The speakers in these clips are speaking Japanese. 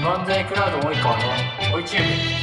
漫才クラウド及川の追いチュ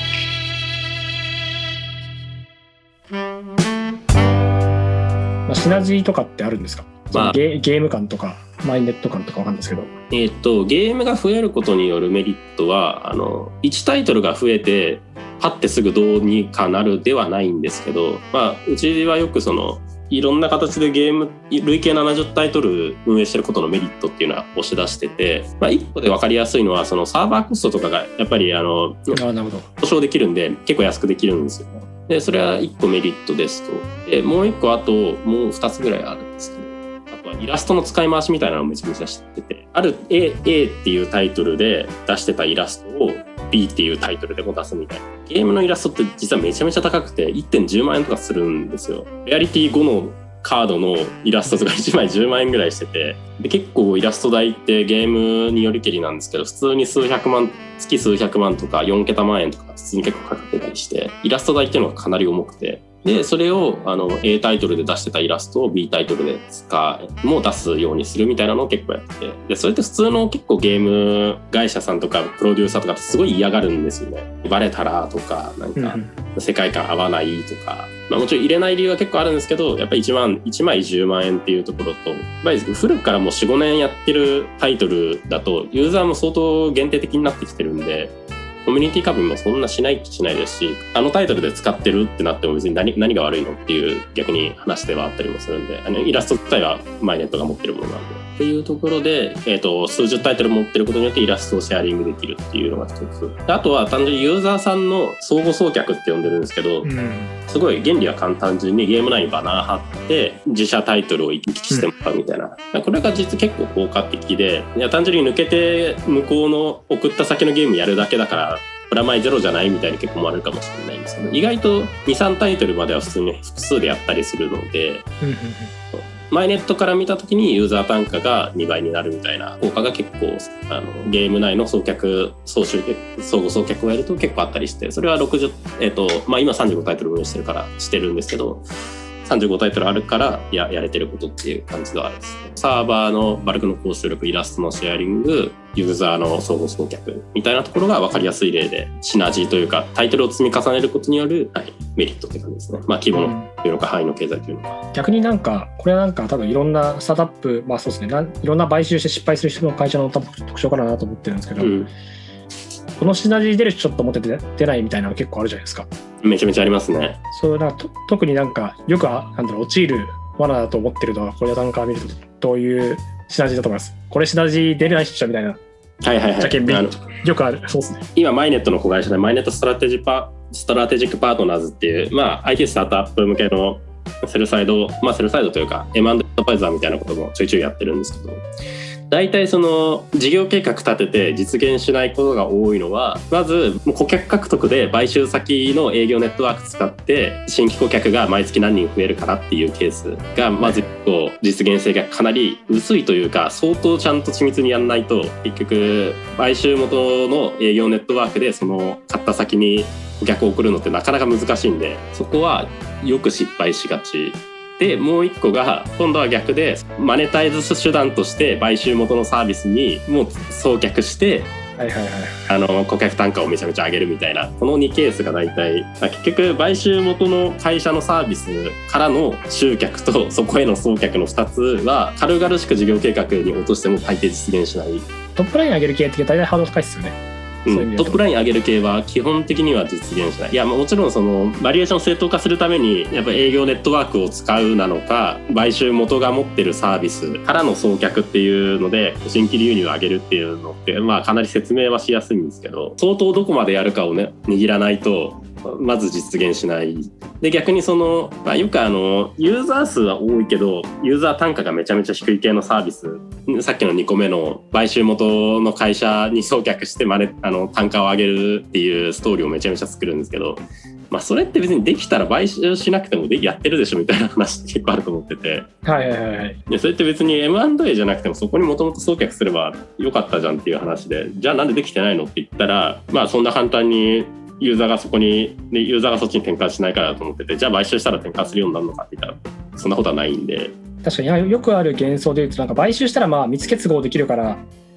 ーブ。シナジーとかってあるんですか？ゲーム感とかマイネット感とかわかんないですけど、 ゲームが増えることによるメリットは1タイトルが増えてパッてすぐどうにかなるではないんですけど、うちはよくいろんな形でゲーム累計70タイトル運営してることのメリットっていうのは押し出してて、一個で分かりやすいのはサーバーコストとかがやっぱり保証できるんで結構安くできるんですよ。でそれは1個メリットですと。でもう1個もう2つぐらいあるんですけど、あとはイラストの使い回しみたいなのをめちゃめちゃ知ってて、ある A っていうタイトルで出してたイラストを B っていうタイトルでも出すみたいな。ゲームのイラストって実はめちゃめちゃ高くて 1.10 万円とかするんですよ。レアリティ5のカードのイラストとか1枚10万円ぐらいしてて、で結構イラスト代ってゲームによりけりなんですけど、普通に月数百万とか4桁万円とか普通に結構かかってたりして、イラスト代っていうのがかなり重くて、でそれをA タイトルで出してたイラストを B タイトルでも出すようにするみたいなのを結構やってて、でそれって普通の結構ゲーム会社さんとかプロデューサーとかってすごい嫌がるんですよね。バレたらとかなんか世界観合わないとか、もちろん入れない理由は結構あるんですけど、やっぱり1枚10万円っていうところと、やっぱり古くからもう 4,5 年やってるタイトルだとユーザーも相当限定的になってきてるんで、コミュニティ化分もそんなしないですし、タイトルで使ってるってなっても別に何が悪いのっていう逆に話ではあったりもするんで、イラスト自体はマイネットが持ってるものなんでっていうところで、数十タイトル持ってることによってイラストをシェアリングできるっていうのが一つ。あとは単純にユーザーさんの相互送客って呼んでるんですけど、すごい原理は単純にゲーム内にバナー貼って自社タイトルを行き来してもらうみたいな、これが実結構効果的で、単純に抜けて向こうの送った先のゲームやるだけだからプラマイゼロじゃないみたいに結構思われるかもしれないんですけど、意外と 2,3 タイトルまでは普通に複数でやったりするので、マイネットから見た時にユーザー単価が2倍になるみたいな効果が結構ゲーム内の相互送客をやると結構あったりして、それは60、今35タイトル運営してるんですけど、35タイトルあるからやれてることっていう感じではあるんですね。サーバーのバルクの高出力、イラストのシェアリング、ユーザーの相互送客みたいなところが分かりやすい例で、シナジーというかタイトルを積み重ねることによる、メリットって感じですね。規模のというのか範囲の経済というのか。 逆にこれは多分いろんなスタートアップ、そうですね、いろんな買収して失敗する人の会社の特徴かなと思ってるんですけど、このシナジー出る人ちょっと思って出ないみたいなの結構あるじゃないですか。 めちゃめちゃありますね。 そう特によく陥る罠だと思ってるのは、これ単価見るとどういうシナジーだと思います？これシナジー出れない人みたいな。よくある。そうですね。 今マイネットの子会社でマイネットストラテジックパートナーズっていう、IT スタートアップ向けのセルサイドというか M&A アドバイザーみたいなこともちょいちょいやってるんですけど、大体事業計画立てて実現しないことが多いのは、まず顧客獲得で買収先の営業ネットワーク使って新規顧客が毎月何人増えるからっていうケースがまず実現性がかなり薄いというか、相当ちゃんと緻密にやらないと結局買収元の営業ネットワークで買った先に顧客を送るのってなかなか難しいんで、そこはよく失敗しがちで、もう一個が今度は逆でマネタイズ手段として買収元のサービスにもう送客して、顧客単価をめちゃめちゃ上げるみたいな、この2ケースが大体結局買収元の会社のサービスからの集客とそこへの送客の2つは軽々しく事業計画に落としても大抵実現しない。 トップライン上げる系って大体ハードル高いですよね。 トップライン上げる系は基本的には実現しない。いや、もちろんバリエーションを正当化するためにやっぱり営業ネットワークを使うなのか、買収元が持ってるサービスからの送客っていうので新規流入を上げるっていうのってかなり説明はしやすいんですけど、相当どこまでやるかをね握らないとまず実現しない。で逆によくユーザー数は多いけどユーザー単価がめちゃめちゃ低い系のサービス、さっきの2個目の買収元の会社に送客して単価を上げるっていうストーリーをめちゃめちゃ作るんですけど、それって別にできたら買収しなくてもやってるでしょみたいな話って結構あると思ってて、それって別に M&A じゃなくてもそこにもともと送客すればよかったじゃんっていう話で、じゃあなんでできてないのって言ったら、そんな簡単にユーザーがそっちに転換しないからだと思ってて、じゃあ買収したら転換するようになるのかって言ったらそんなことはないんで。 確かによくある幻想で言うと買収したら密結合できるから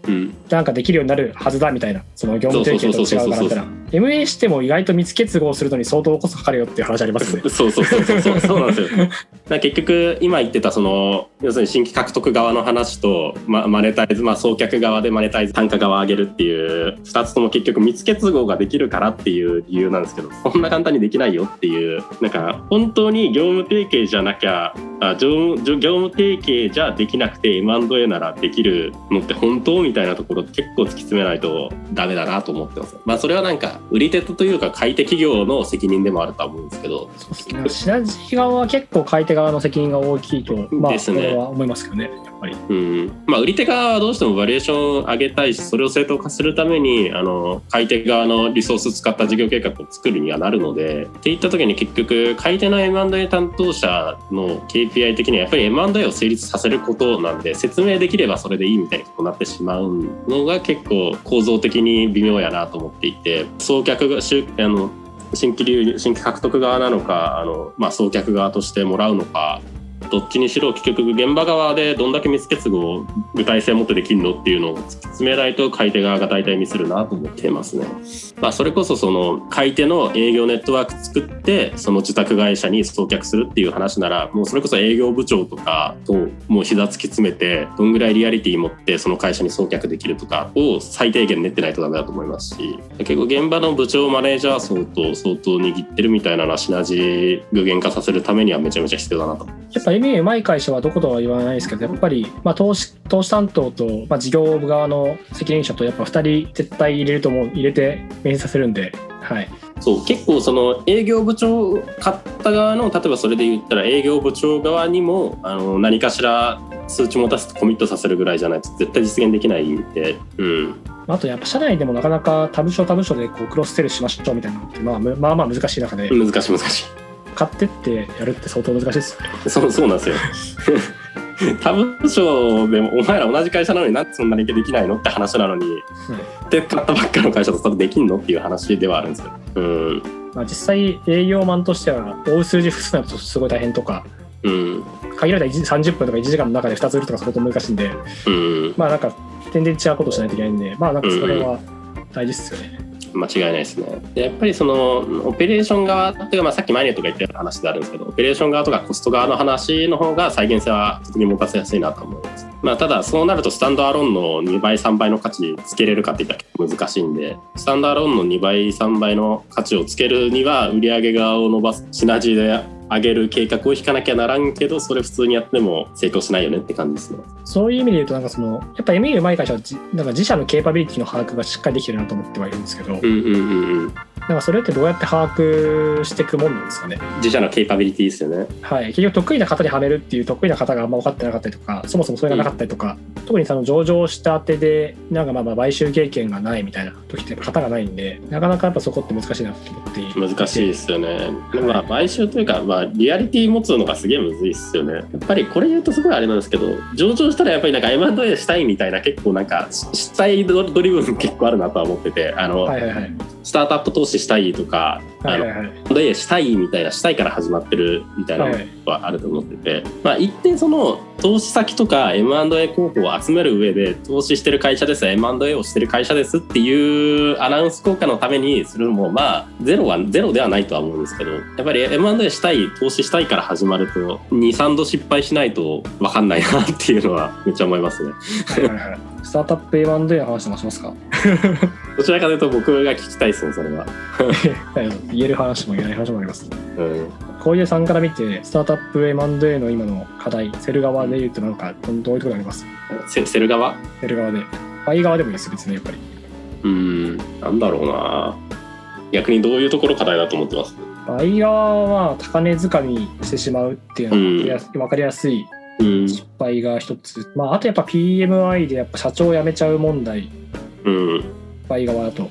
なんかできるようになるはずだみたいな、その業務提携と違うからったら MA しても意外と密結合するのに相当コストかかるよっていう話ありますね。 そうなんですよ。結局今言ってたその要するに新規獲得側の話と、マネタイズ、送客側でマネタイズ単価側上げるっていう2つとも結局密結合ができるからっていう理由なんですけど、そんな簡単にできないよっていう、なんか本当に業務提携じゃなきゃ業務提携じゃできなくて M&A ならできるのって本当みたいなところ結構突き詰めないとダメだなと思ってます。それはなんか売り手というか買い手企業の責任でもあると思うんですけど、 シナジー側は結構買い手側の責任が大きいと、 ですね、 これは思いますけどね、やっぱり。 売り手側はどうしてもバリエーションを上げたいし、それを正当化するために買い手側のリソース使った事業計画を作るにはなるので、っていった時に結局買い手の M&A 担当者の KPI 的にはやっぱり M&A を成立させることなんで、説明できればそれでいいみたいなことになってしまうのが結構構造的に微妙やなと思っていて、送客が新規獲得側なのか送客側としてもらうのか、どっちにしろ結局現場側でどんだけ密結合を具体性を持ってできるのっていうのを突き詰めないと買い手側が大体ミスるなと思っていますね。それこそその買い手の営業ネットワーク作ってその受託会社に送客するっていう話なら、もうそれこそ営業部長とかともう膝突き詰めてどんぐらいリアリティ持ってその会社に送客できるとかを最低限練ってないとダメだと思いますし、結構現場の部長マネージャー層と相当握ってるみたいなのはシナジー具現化させるためにはめちゃめちゃ必要だなと。 やっぱ MA うまい会社はどことは言わないですけど、やっぱり、投資担当と、事業部側の責任者とやっぱ2人絶対入れて面接させるんで、はい、 そう結構その営業部長買った側の、例えばそれで言ったら営業部長側にも何かしら数値持たせてコミットさせるぐらいじゃないと絶対実現できないんで、 あとやっぱ社内でもなかなか他部署でこうクロスセルしましょうみたいなのってまあ難しい中で難しい買ってってやるって相当難しいですよね。 そうなんですよ他部署でもお前ら同じ会社なのになんでそんなにできないのって話なのに、で買ったばっかの会社とそれできんのっていう話ではあるんですよ。 実際営業マンとしては追う数字複数になるとすごい大変とか、限られた30分とか1時間の中で2つ売るとか相当難しいんで、なんか全然違うことをしないといけないんで、なんかそれは大事ですよね。 間違いないですね。でやっぱりそのオペレーション側っていうか、さっきマイネットが言ったような話であるんですけど、オペレーション側とかコスト側の話の方が再現性は特に持たせやすいなと思います。ただそうなるとスタンドアローンの2倍3倍の価値つけれるかって言ったら難しいんで、スタンドアローンの2倍3倍の価値をつけるには売上側を伸ばすシナジーで上げる計画を引かなきゃならんけど、それ普通にやっても成功しないよねって感じですね。 そういう意味で言うとなんかそのやっぱ MA うまい会社はなんか自社のケーパビリティの把握がしっかりできてるなと思ってはいるんですけど、なんかそれってどうやって把握していくもんなんですかね。 自社のケーパビリティですよね。 はい、結局得意な方にはめるっていう得意な方があんま分かってなかったりとか、そもそもそれがなかったりとか、特にその上場したてでなんか買収経験がないみたいな時って方がないんで、なかなかやっぱそこって難しいなと思っていて。 難しいですよね。買収というか、リアリティ持つのがすげえむずいっすよね。やっぱりこれ言うとすごいあれなんですけど、上場したらやっぱりなんか M&A したいみたいな、結構なんかしたいドリブン結構あるなとは思ってて、スタートアップ投資したいとか、M&A したいみたいな、したいから始まってるみたいなのはあると思ってて、一定その投資先とか M&A 候補を集める上で、投資してる会社です、M&A をしてる会社ですっていうアナウンス効果のためにするのもゼロではないとは思うんですけど、やっぱり M&A したい、投資したいから始まると 2,3 度失敗しないと分かんないなっていうのはめっちゃ思いますね。 スタートアップ M&A の話もしますか？ どちらかというと僕が聞きたいですね、それは。 言える話も言えない話もあります。小出さんから見てスタートアップ M&A の今の課題、セル側で言うとなんかどういうところがあります？ セル側でバイ側でもいいです別にやっぱり。 なんだろうな、逆にどういうところ課題だと思ってます？ バイ側は高値掴みしてしまうっていうのは分かりやすい失敗が一つ、あとやっぱ PMI でやっぱ社長辞めちゃう問題、バイ側だと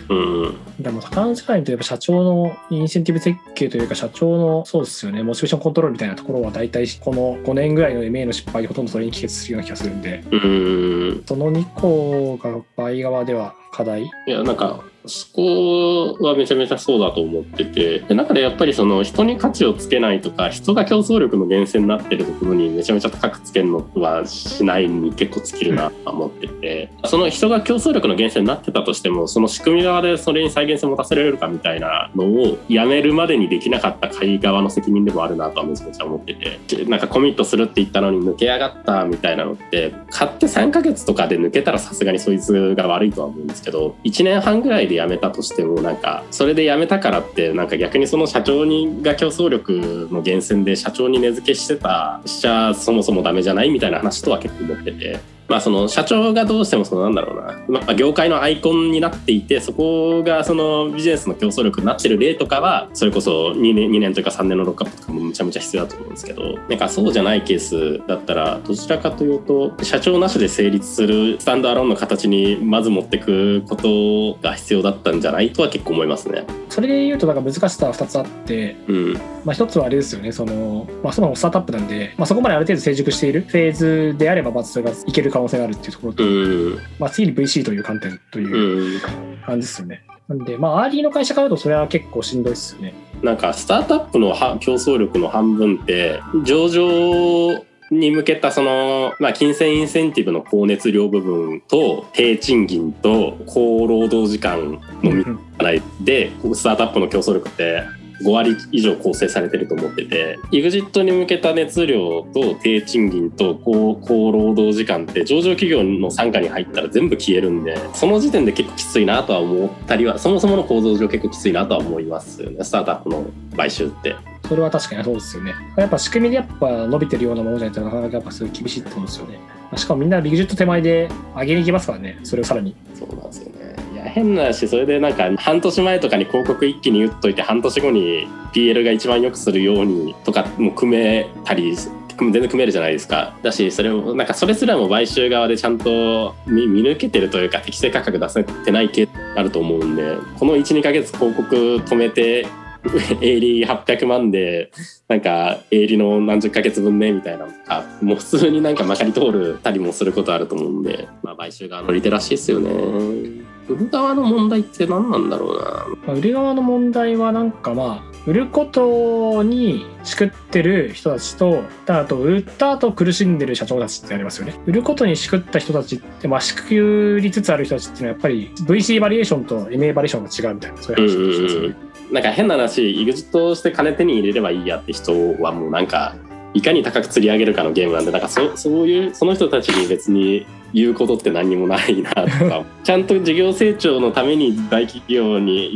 うん、 でも他の世界とやっぱ社長のインセンティブ設計というか社長のそうですよねモチベーションコントロールみたいなところは大体この5年ぐらいの MA の失敗でほとんどそれに帰結するような気がするんで、その2個がバイ側では課題。 いやなんかそこはめちゃめちゃそうだと思ってて、で中でやっぱりその人に価値をつけないとか人が競争力の源泉になってるところにめちゃめちゃ高くつけるのはしないに結構尽きるなと思ってて、その人が競争力の源泉になってたとしてもその仕組み側でそれに再現性を持たせられるかみたいなのをやめるまでにできなかった会側の責任でもあるなとはめちゃめちゃ思ってて、なんかコミットするって言ったのに抜けやがったみたいなのって買って3ヶ月とかで抜けたらさすがにそいつが悪いとは思うんですけど、1年半ぐらいで辞めたとしてもなんかそれで辞めたからってなんか逆にその社長が競争力の源泉で社長に値付けしてたしちゃそもそもダメじゃないみたいな話とは結構思ってて、まあその社長がどうしてもそのなんだろうな、業界のアイコンになっていてそこがそのビジネスの競争力になってる例とかはそれこそ2年というか3年のロックアップとかもめちゃめちゃ必要だと思うんですけど、なんかそうじゃないケースだったらどちらかというと社長なしで成立するスタンドアローンの形にまず持っていくことが必要だったんじゃないとは結構思いますね。 それで言うとなんか難しさは2つあって、まあ、1つはあれですよね、そのまあ、そもそもスタートアップなんで、まあ、そこまである程度成熟しているフェーズであればまずそれがいける可能性があるっていうところと、まあ、次に VC という観点という感じですよね。なんでまあアーリーの会社からだとそれは結構しんどいですよね。 なんかスタートアップの競争力の半分って上場に向けたその、まあ、金銭インセンティブの高熱量部分と低賃金と高労働時間の3つでスタートアップの競争力って5割以上構成されてると思ってて、EXIT に向けた熱量と低賃金と高労働時間って上場企業の傘下に入ったら全部消えるんで、その時点で結構きついなとは思ったりは、そもそもの構造上結構きついなとは思いますよね、スタートアップの買収って。 それは確かにそうですよね。やっぱ仕組みでやっぱ伸びてるようなものじゃないとなかなかやっぱすごい厳しいってことですよね。しかもみんなEXIT手前で上げに行きますからね、それをさらに。 そうなんですよね。いや変なし、それでなんか半年前とかに広告一気に打っといて半年後に PL が一番良くするようにとかも組めたり全然組めるじゃないですか。だしそれをなんかそれすらも買収側でちゃんと見抜けてるというか適正価格出せてないケースあると思うんで、この 1,2 ヶ月広告止めて営利800万でなんか営利の何十ヶ月分ねみたいなのとかもう普通になんかまかり通るたりもすることあると思うんで、まあ、買収側のリテラシーですよね。売る側の問題って何なんだろうな。 売る側の問題はなんかまあ売ることにしくってる人たちと、あと売った後苦しんでる社長たちってありますよね。売ることにしくった人たちって、まあ、しくりつつある人たちっていうのはやっぱり VC バリエーションと MA バリエーションが違うみたいな、そういう話をしますよね。 なんか変な話、EXITして金手に入れればいいやって人はもうなんかいかに高く釣り上げるかのゲームなんで、なんかそういうその人たちに別に言うことって何にもないなとかちゃんと事業成長のために大企業に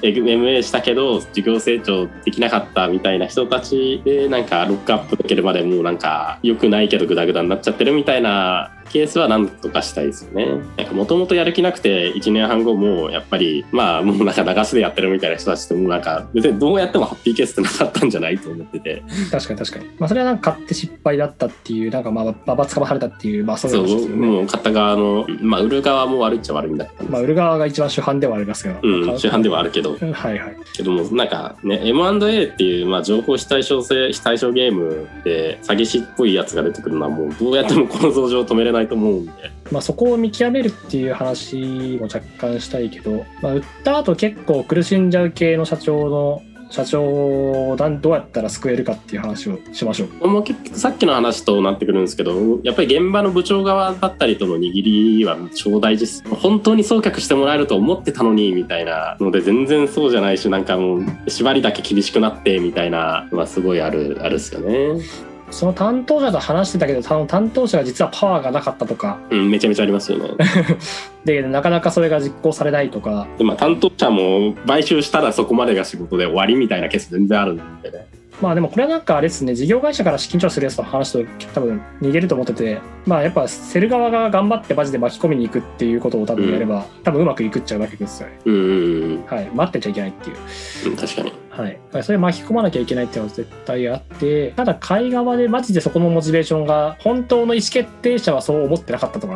MA したけど事業成長できなかったみたいな人たちでなんかロックアップできるまでもうなんか良くないけどグダグダになっちゃってるみたいなケースは何とかしたいですよね。なんかもともとやる気なくて1年半後もやっぱりまあもうなんか流しでやってるみたいな人たちってもうなんか別にどうやってもハッピーケースってなかったんじゃないと思ってて、 確かに、まあ、それはなんか買って失敗だったっていうなんかまあババつかまされたっていう、まあそういうことですよね。もう買った側の、まあ売る側も悪いっちゃ悪いんだけど、 まあ売る側が一番主犯ではありますけど、 主犯ではあるけど、けどもなんかね M&A っていうまあ情報非対称ゲームで詐欺師っぽいやつが出てくるのはもうどうやっても構造上止めれないと思うんで。 まあ、そこを見極めるっていう話も若干したいけど、まあ、売った後結構苦しんじゃう系の社長をどうやったら救えるかっていう話をしましょう。 もう結局さっきの話となってくるんですけど、やっぱり現場の部長側だったりとの握りは超大事です。本当に送客してもらえると思ってたのにみたいなので全然そうじゃないし、なんかもう縛りだけ厳しくなってみたいなのはすごいあるですよね。 その担当者と話してたけど担当者が実はパワーがなかったとか、 めちゃめちゃありますよねでなかなかそれが実行されないとかで、まあ、担当者も買収したらそこまでが仕事で終わりみたいなケース全然あるんでね。 まあでもこれはなんかあれですね、事業会社から資金調達するやつと話と多分逃げると思ってて、まあやっぱセル側が頑張ってマジで巻き込みに行くっていうことを多分やれば、多分うまくいくっちゃうわけですよね。はい、待ってちゃいけないっていう。 確かに。 はい、それ巻き込まなきゃいけないっていうのは絶対あって、ただ買い側でマジでそこのモチベーションが本当の意思決定者はそう思ってなかったとか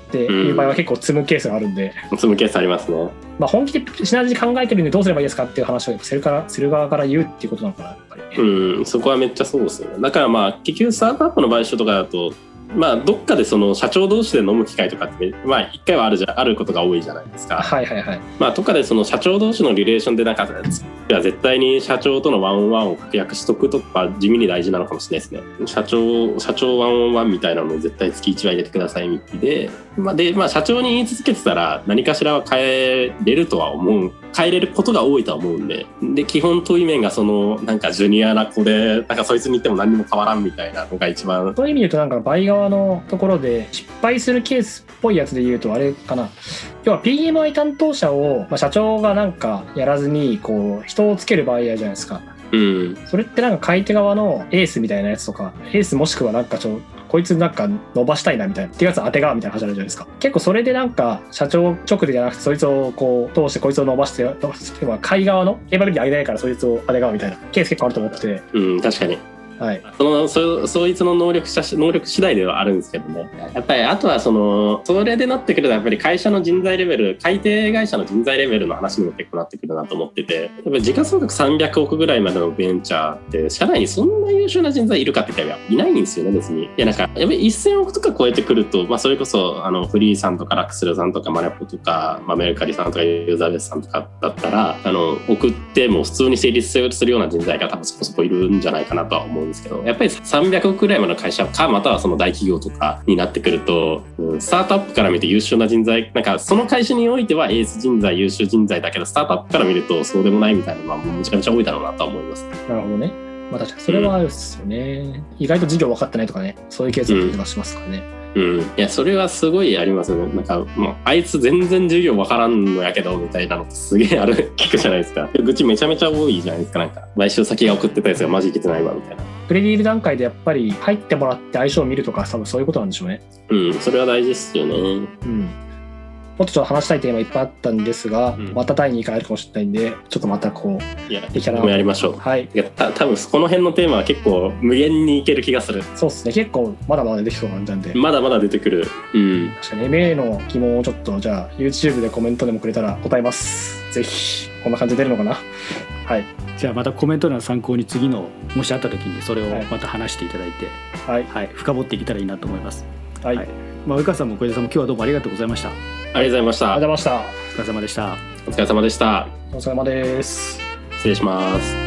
っていう場合は結構積むケースがあるんで、 積むケースありますね。 まあ、本気でシナジー考えてるんでどうすればいいですかっていう話をセル側から言うっていうことなのかな、やっぱり。 そこはめっちゃそうですよね。だからまあ結局スタートアップの買収とかだと、まあどっかでその社長同士で飲む機会とかってまあ一回はあることが多いじゃないですか。 はいはいはい。 まあとかでその社長同士のリレーションでなんか絶対に社長とのワンオンワンを確約しとくとか地味に大事なのかもしれないですね。社長ワンオンワンみたいなのを絶対月1は入れてくださいみたいで、まあ社長に言い続けてたら何かしらは変えれることが多いとは思うんで、基本問い面がそのなんかジュニアな子でなんかそいつに言っても何にも変わらんみたいなのが一番。 そういう意味で言うとなんかバイ側のところで失敗するケースっぽいやつで言うとあれかな、要は PMI 担当者を、社長がなんかやらずにこう人をつける場合じゃないですか。それってなんか買い手側のエースみたいなやつとか、エースもしくはなんかこいつなんか伸ばしたいなみたいなっていうやつ当てがみたいな話あるじゃないですか。結構それでなんか社長直でじゃなくてそいつをこう通してこいつを伸ばして買い側のケーパビリティ上げないからそいつを当てがみたいなケース結構あると思ってて。 確かに。 はい、 そいつの能力次第ではあるんですけどね。やっぱりあとはそれでなってくるとやっぱり会社の人材レベル、改定会社の人材レベルの話にも結構なってくるなと思ってて、やっぱり時価総額300億ぐらいまでのベンチャーって社内にそんな優秀な人材いるかって言ったらいないんですよね、別に。いやなんかやっぱり1000億とか超えてくると、それこそフリーさんとかラクスルさんとかマネポとか、メルカリさんとかユーザーベースさんとかだったら送っても普通に成立するような人材が多分そこそこいるんじゃないかなとは思うんですけど、やっぱり300億くらいまでの会社かまたはその大企業とかになってくると、スタートアップから見て優秀な人材、なんかその会社においてはエース人材優秀人材だけどスタートアップから見るとそうでもないみたいなのはめちゃめちゃ多いだろうなとは思います。 なるほどね。確かにそれはあるっすよね。意外と事業分かってないとかね、そういうケースだったりはしますからね。 いやそれはすごいありますよね。なんかもうあいつ全然授業わからんのやけどみたいなのってすげえ聞くじゃないですか。愚痴めちゃめちゃ多いじゃないですか。なんか買収先が送ってたやつがマジいけてないわみたいな。 プレディール段階でやっぱり入ってもらって相性を見るとか多分そういうことなんでしょうね。 それは大事ですよね。 もっとちょっと話したいテーマいっぱいあったんですが、また第2回あるかもしれないんでちょっとまたこうできたらやりましょう。 はい。 多分この辺のテーマは結構無限にいける気がする。 そうですね。結構まだまだ出てきそうなんで。 まだまだ出てくる。 確かに MA の疑問をちょっとじゃあ YouTube でコメントでもくれたら答えます。ぜひこんな感じで出るのかな。はい。 じゃあまたコメント欄参考に次のもしあった時にそれをまた話していただいて、深掘っていけたらいいなと思います。及川さんも小出さんも今日はどうもありがとうございました。 ありがとうございました。 ありがとうございました。 お疲れ様でした。 お疲れ様でした。 お疲れ様です。 失礼します。